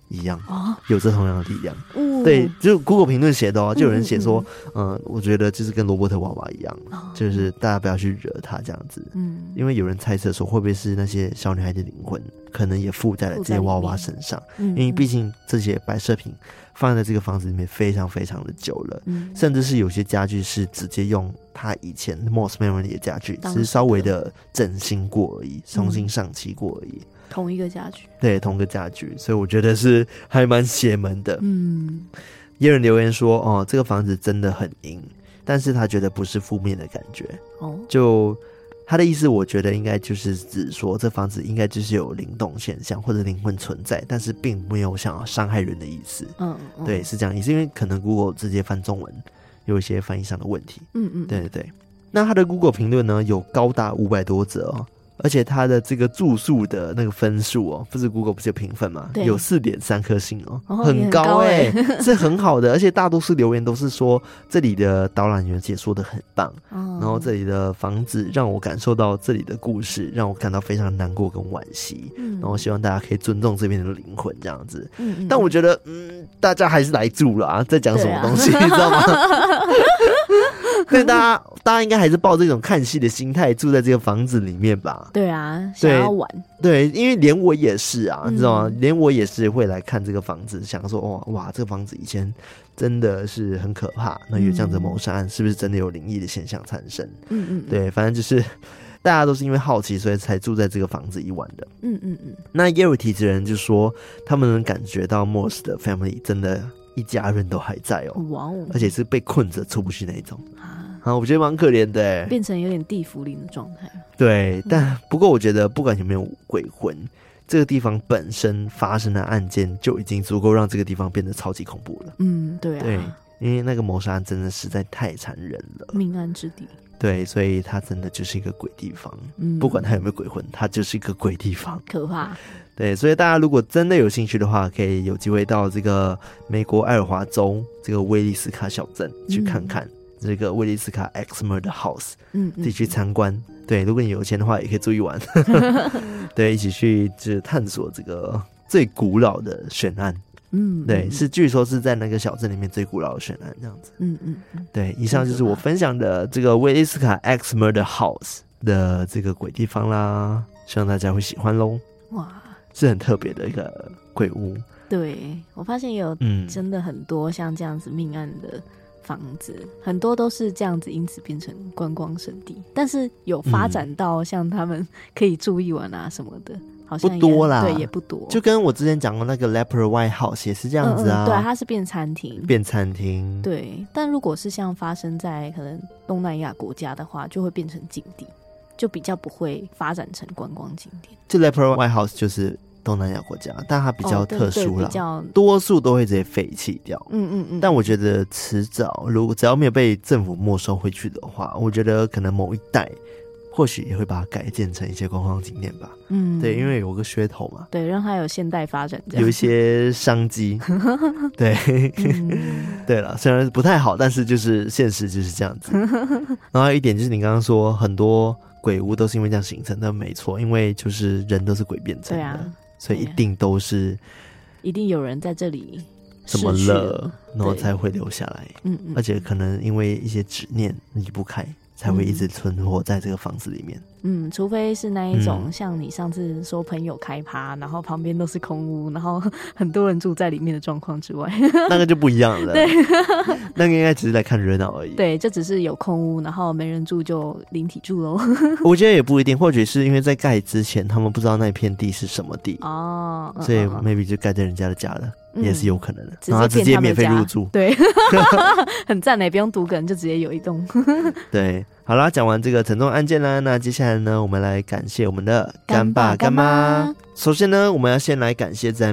S2: 一样，有着同样的力量。对，就 Google 评论写的就有人写说，我觉得就是跟罗伯特娃娃一样，就是大家不要去惹他这样子。因为有人猜测说，会不会是那些小女孩的灵魂，可能也附在了这些娃娃身上？因为毕竟这些摆设品放在这个房子里面非常非常的久了，甚至是有些家具是直接用他以前 Moss Memory 的家具，只是稍微的整新过而已，重新上漆过而已。
S3: 同一个家具，
S2: 对，同个家具，所以我觉得是还蛮邪门的。也有人留言说，这个房子真的很阴，但是他觉得不是负面的感觉。就他的意思，我觉得应该就是指说，这房子应该就是有灵动现象或者灵魂存在，但是并没有想要伤害人的意思。对，是这样意思，因为可能 Google 直接翻中文有一些翻译上的问题。对对对。那他的 Google 评论呢，有高达500多则而且他的这个住宿的那个分数不是 Google 不是有评分吗？有 4.3 颗星很高是很好的，而且大多数留言都是说这里的导览员解说的很棒，然后这里的房子让我感受到这里的故事，让我感到非常难过跟惋惜，然后希望大家可以尊重这边的灵魂这样子。但我觉得大家还是来住了在讲什么东西你知道吗？对，大家应该还是抱这种看戏的心态住在这个房子里面吧。
S3: 对啊，想要玩。
S2: 对，因为连我也是你知道吗？连我也是会来看这个房子，想说哇，这个房子以前真的是很可怕，那有这样的谋杀案，是不是真的有灵异的现象产生？对，反正就是大家都是因为好奇，所以才住在这个房子一晚的。那也有体质人就说，他们能感觉到 Moss 的 family 真的一家人都还在而且是被困着出不去那一种我觉得蛮可怜的
S3: 变成有点地府灵的状态。
S2: 对，但不过我觉得不管有没有鬼魂，这个地方本身发生的案件就已经足够让这个地方变得超级恐怖了。
S3: 对啊，
S2: 对，因为那个谋杀案真的实在太残忍了，
S3: 命案之地。
S2: 对，所以它真的就是一个鬼地方。不管它有没有鬼魂，它就是一个鬼地方，
S3: 可怕。
S2: 对，所以大家如果真的有兴趣的话，可以有机会到这个美国爱荷华州这个威利斯卡小镇去看看这个威利斯卡 X Murder House，自己去参观。对，如果你有钱的话，也可以住一晚。对，一起去探索这个最古老的悬案。对，是据说是在那个小镇里面最古老的悬案这样子。对，以上就是我分享的这个威利斯卡 X Murder House 的这个鬼地方啦，希望大家会喜欢咯。哇，是很特别的一个鬼屋。对，我发现有真的很多像这样子命案的房子，很多都是这样子因此变成观光胜地，但是有发展到像他们可以住一晚什么的好像不多啦。对，也不多，就跟我之前讲过那个 Leper White House 也是这样子对，它是变餐厅。对，但如果是像发生在可能东南亚国家的话，就会变成景地，就比较不会发展成观光景点。就 Leper White House 就是东南亚国家，但它比较特殊啦，多数都会直接废弃掉。但我觉得迟早如果只要没有被政府没收回去的话，我觉得可能某一代或许也会把它改建成一些观光景点吧。对，因为有个噱头嘛，对，让它有现代发展，有一些商机。对，对了，虽然不太好，但是就是现实就是这样子。然后还有一点就是你刚刚说很多鬼屋都是因为这样形成的，没错，因为就是人都是鬼变成的，所以一定都是一定有人在这里怎么了，然后才会留下来。而且可能因为一些执念离不开，才会一直存活在这个房子里面。除非是那一种像你上次说朋友开趴，然后旁边都是空屋，然后很多人住在里面的状况之外，那个就不一样了。对，那个应该只是来看热闹而已。对，就只是有空屋，然后没人住就灵体住咯。我觉得也不一定，或许是因为在盖之前他们不知道那片地是什么地所以 maybe 就盖在人家的家了。也是有可能的，然后直接免费入住。对，很赞耶，不用读梗就直接有一栋。对，好啦，讲完这个沉重案件啦，那接下来呢，我们来感谢我们的干爸干妈。首先呢，我们要先来感谢在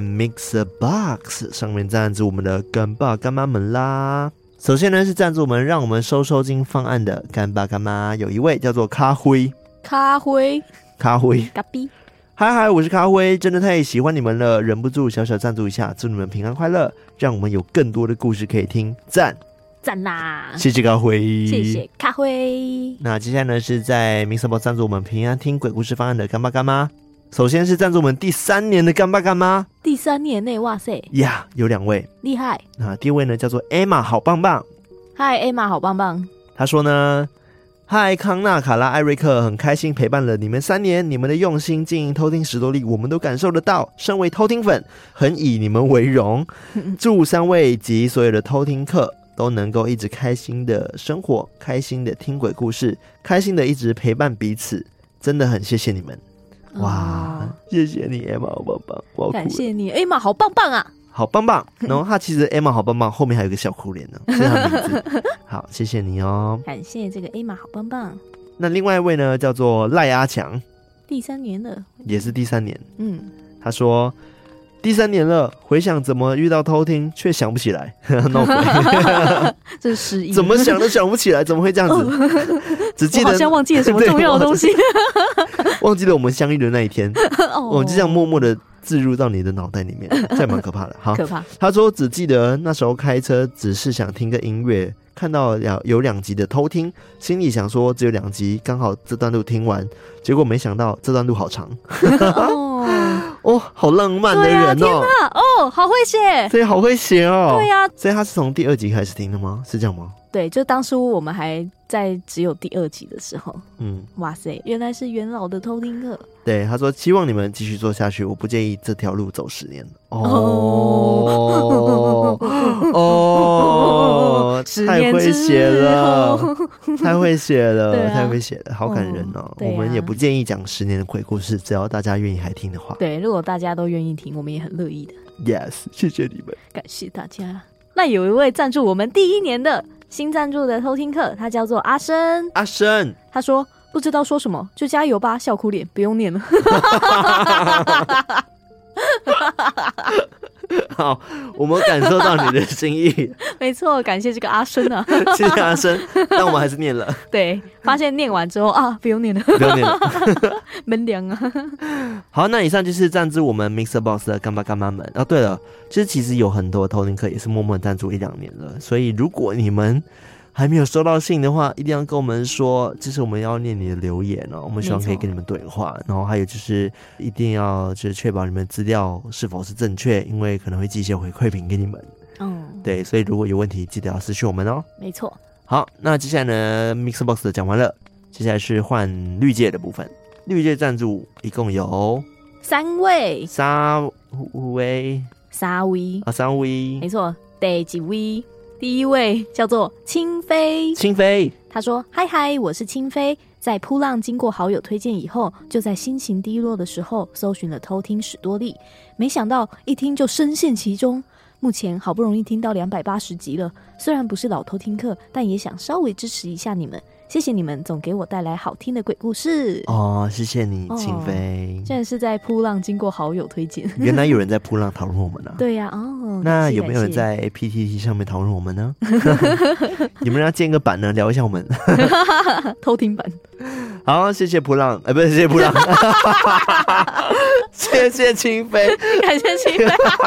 S2: MixerBox 上面赞助我们的干爸干妈们啦。首先呢是赞助我们让我们收金方案的干爸干妈，有一位叫做咖辉咖比。嗨，我是咖辉，真的太喜欢你们了，忍不住小小赞助一下，祝你们平安快乐，让我们有更多的故事可以听，赞啦！谢谢咖辉，谢谢咖辉。那接下来呢是在 MixerBox 赞助我们平安听鬼故事方案的干爸干妈， 首先是赞助我们第3年的干爸干妈，
S3: 第3年内，哇塞
S2: 呀，有2位，
S3: 厉害。
S2: 第一位呢叫做 Emma 好棒棒，
S3: 嗨 Emma 好棒棒。
S2: 他说呢，嗨康纳、卡拉、艾瑞克，很开心陪伴了你们3年，你们的用心经营偷听史多利我们都感受得到，身为偷听粉很以你们为荣。祝3位及所有的偷听客都能够一直开心的生活，开心的听鬼故事，开心的一直陪伴彼此，真的很谢谢你们。哇，谢谢你 Emma 好棒棒，我要哭了。
S3: 感谢你 Emma 好棒棒啊，
S2: 好棒棒。然后他其实 Emma 好棒棒后面还有一个小哭脸呢，是他名字。好，谢谢你哦，
S3: 感谢这个 Emma 好棒棒。
S2: 那另外一位呢叫做赖阿强，
S3: 第3年了，
S2: 也是第3年。他说第3年了，回想怎么遇到偷听却想不起来，闹鬼，
S3: 这是失忆，
S2: 怎么想都想不起来，怎么会这样子？只记得
S3: 我好像忘记了什么重要的东西，
S2: 忘记了我们相遇的那一天，我就这样默默的置入到你的脑袋里面，这蛮可怕的。好，
S3: 可怕。
S2: 他说只记得那时候开车只是想听个音乐，看到有2集的偷听，心里想说只有2集，刚好这段路听完，结果没想到这段路好长。哦，好浪漫的人哦！
S3: 天哪，哦，好会写，
S2: 所以好会写哦。
S3: 对呀，
S2: 所以他是从第2集开始听的吗？是这样吗？
S3: 对，就当初我们还在只有第2集的时候，哇塞，原来是元老的偷听课。对，
S2: 他说希望你们继续做下去，我不介意这条路走10年。太会写了，太会写了，太会写了，好感人哦。我们也不建议讲10年的鬼故事，只要大家愿意还听的话。
S3: 对，如果大家都愿意听，我们也很乐意的。
S2: Yes， 谢谢你们，
S3: 感谢大家。那有一位赞助我们第1年的新赞助的偷听客，他叫做阿生。
S2: 阿生，
S3: 他说不知道说什么，就加油吧，笑哭脸，不用念了。
S2: 好，我们感受到你的心意。
S3: 没错，感谢这个阿生啊，
S2: 谢谢阿生。但我们还是念了。
S3: 对，发现念完之后啊，不用念了，
S2: 不用念了，
S3: 闷凉啊。
S2: 好，那以上就是赞助我们 MixerBox 的干爸干妈们。对了，其实有很多偷听客也是默默赞助1-2年了，所以如果你们还没有收到信的话，一定要跟我们说，就是我们要念你的留言哦，我们希望可以跟你们对话。然后还有就是一定要就是确保你们资料是否是正确，因为可能会寄一些回馈品给你们。对，所以如果有问题记得要私讯我们哦。
S3: 没错。
S2: 好，那接下来呢 MixerBox 的讲完了，接下来是换绿界的部分。绿界赞助一共有
S3: 3位
S2: ，3位，
S3: 没错。第几位？第1位叫做清飞，
S2: 清飞，
S3: 他说：嗨，我是清飞，在扑浪经过好友推荐以后，就在心情低落的时候搜寻了偷听史多利，没想到一听就深陷其中。目前好不容易听到280集了，虽然不是老偷听客，但也想稍微支持一下你们。谢谢你们总给我带来好听的鬼故事
S2: 哦，谢谢你，清飞。
S3: 竟然是在扑浪经过好友推荐，
S2: 原来有人在扑浪讨论我们啊。
S3: 对呀，
S2: 那有没有人在 PTT 上面讨论我们呢？有没有人要建个版呢？聊一下我们
S3: 偷听版。
S2: 好，谢谢扑浪，不是谢谢扑浪，谢谢清飞，
S3: 感谢清飞。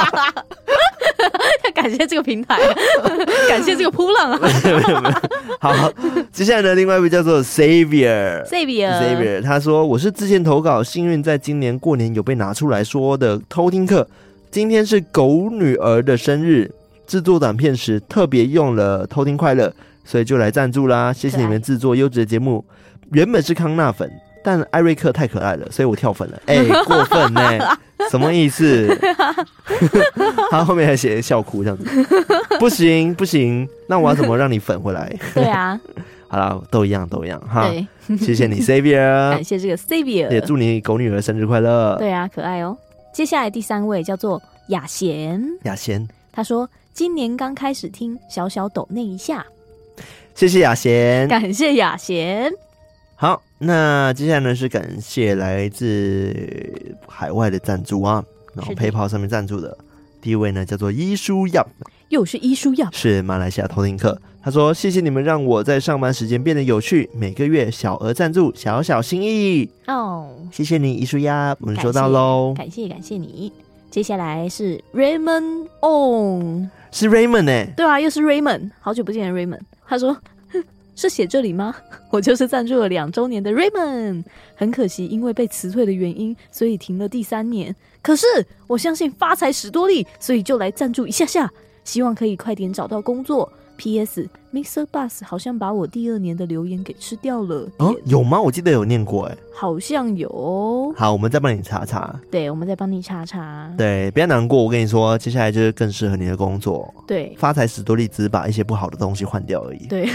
S3: 要感谢这个平台，感谢这个扑浪。
S2: 好，接下来呢，另外一位叫做 Xavier， 他说我是之前投稿，幸运在今年过年有被拿出来说的偷听客。今天是狗女儿的生日，制作短片时特别用了偷听快乐，所以就来赞助啦。谢谢你们制作优质的节目。原本是康纳粉，但艾瑞克太可爱了，所以我跳粉了。过分呢、什么意思？他后面还写笑哭这样子，不行，那我要怎么让你粉回来？
S3: 对啊，
S2: 好啦，都一样哈。对，谢谢你 Xavier，
S3: 感谢这个 Xavier，
S2: 也祝你狗女儿生日快乐。
S3: 对啊，可爱哦。接下来第3位叫做雅贤，他说今年刚开始听，小小抖内一下，
S2: 谢谢雅贤，
S3: 感谢雅贤。
S2: 好，那接下来呢是感谢来自海外的赞助啊，然后 PayPal 上面赞助的。第1位呢叫做伊舒亚，
S3: 又是伊舒亚，
S2: 是马来西亚偷听客。他说谢谢你们让我在上班时间变得有趣，每个月小额赞助，小小心意哦，谢谢你伊舒亚，我们收到咯，
S3: 感谢你。接下来是 Raymond On，
S2: 是 Raymond 欸，
S3: 对啊，又是 Raymond， 好久不见的 Raymond。他说是写这里吗？我就是赞助了2周年的 Raymond， 很可惜因为被辞退的原因，所以停了第3年。可是我相信发财史多利，所以就来赞助一下下，希望可以快点找到工作。PS Mixer Bus 好像把我第2年的留言给吃掉了。
S2: 哦，有吗？我记得有念过哎，
S3: 好像有。
S2: 好，我们再帮你查查。
S3: 对，我们再帮你查查。
S2: 对，不要难过，我跟你说，接下来就是更适合你的工作。
S3: 对，
S2: 发财史多利只是把一些不好的东西换掉而已。
S3: 对，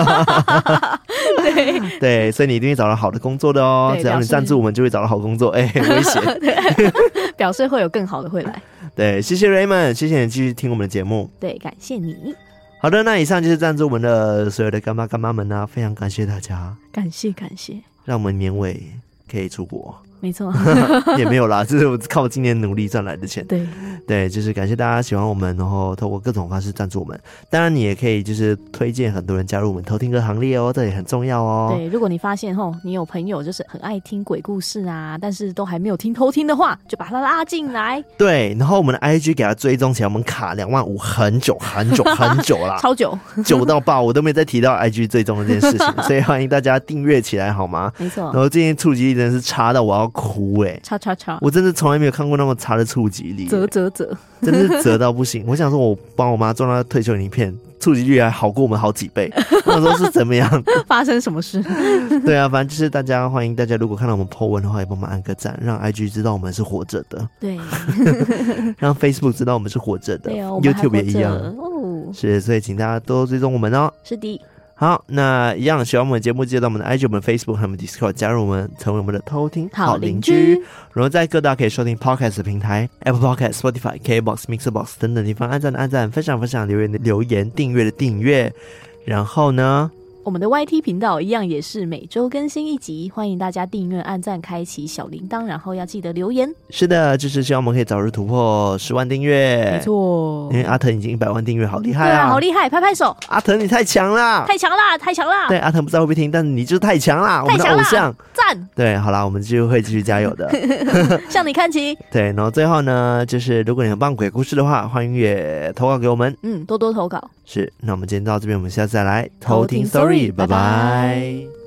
S2: 对对，所以你一定会找到好的工作的哦。只要你赞助我们，就会找到好工作。哎，危险。
S3: 表示会有更好的会来。
S2: 对，谢谢 Raymond， 谢谢你继续听我们的节目。
S3: 对，感谢你。
S2: 好的，那以上就是赞助我们的所有的干妈干妈们啊，非常感谢大家，
S3: 感谢，
S2: 让我们年尾可以出国。
S3: 没错，
S2: 也没有啦，这是我靠今年努力赚来的钱。
S3: 对，
S2: 就是感谢大家喜欢我们，然后透过各种方式赞助我们。当然，你也可以就是推荐很多人加入我们偷听歌行列哦，这也很重要哦。
S3: 对，如果你发现你有朋友就是很爱听鬼故事啊，但是都还没有偷听的话，就把他拉进来。
S2: 对，然后我们的 IG 给他追踪起来，我们卡25000很久啦，
S3: 超久，
S2: 久到爆，我都没再提到 IG 追踪这件事情，所以欢迎大家订阅起来好吗？
S3: 没错。
S2: 然后最近触及率真的是差到我要哭
S3: 差，
S2: 我真的从来没有看过那么差的触及率，
S3: 啧，
S2: 真的是啧到不行。我想说，我帮我妈装到退休影片，触及率还好过我们好几倍。我想说是怎么样？
S3: 发生什么事？
S2: 对啊，反正就是大家欢迎大家，如果看到我们 po 文的话，也帮我们按个赞，让 IG 知道我们是活着的。
S3: 对，
S2: 让 Facebook 知道我们是活着的。
S3: 对哦
S2: ，YouTube 也一样
S3: 哦。
S2: 是，所以请大家多追踪我们哦。
S3: 是的。
S2: 好，那一样喜欢我们的节目，记得到我们的 IG、我们的 Facebook 和我们 Discord 加入我们，成为我们的偷听好邻居。然后在各大可以收听 Podcast 的平台 Apple Podcast、Spotify、KBox、Mixerbox 等等地方按赞的按赞，分享留言的留言，订阅的订阅。然后呢，
S3: 我们的 YT 频道一样也是每周更新一集，欢迎大家订阅、按赞、开启小铃铛，然后要记得留言。
S2: 是的，就是希望我们可以早日突破10万订阅。
S3: 没错，
S2: 因为阿腾已经100万订阅，好厉害啊！
S3: 对啊，好厉害，拍拍手！
S2: 阿腾你太强啦！
S3: 太强啦！
S2: 对，阿腾不知道会不会听，但你就是太强啦，我们的偶像，
S3: 赞！对，
S2: 好啦，我们就会继续加油的，
S3: 向你看齐。
S2: 对，然后最后呢，就是如果你有棒鬼故事的话，欢迎也投稿给我们，
S3: 多多投稿。
S2: 是，那我们今天到这边，我们下次再来偷听 Story，拜拜。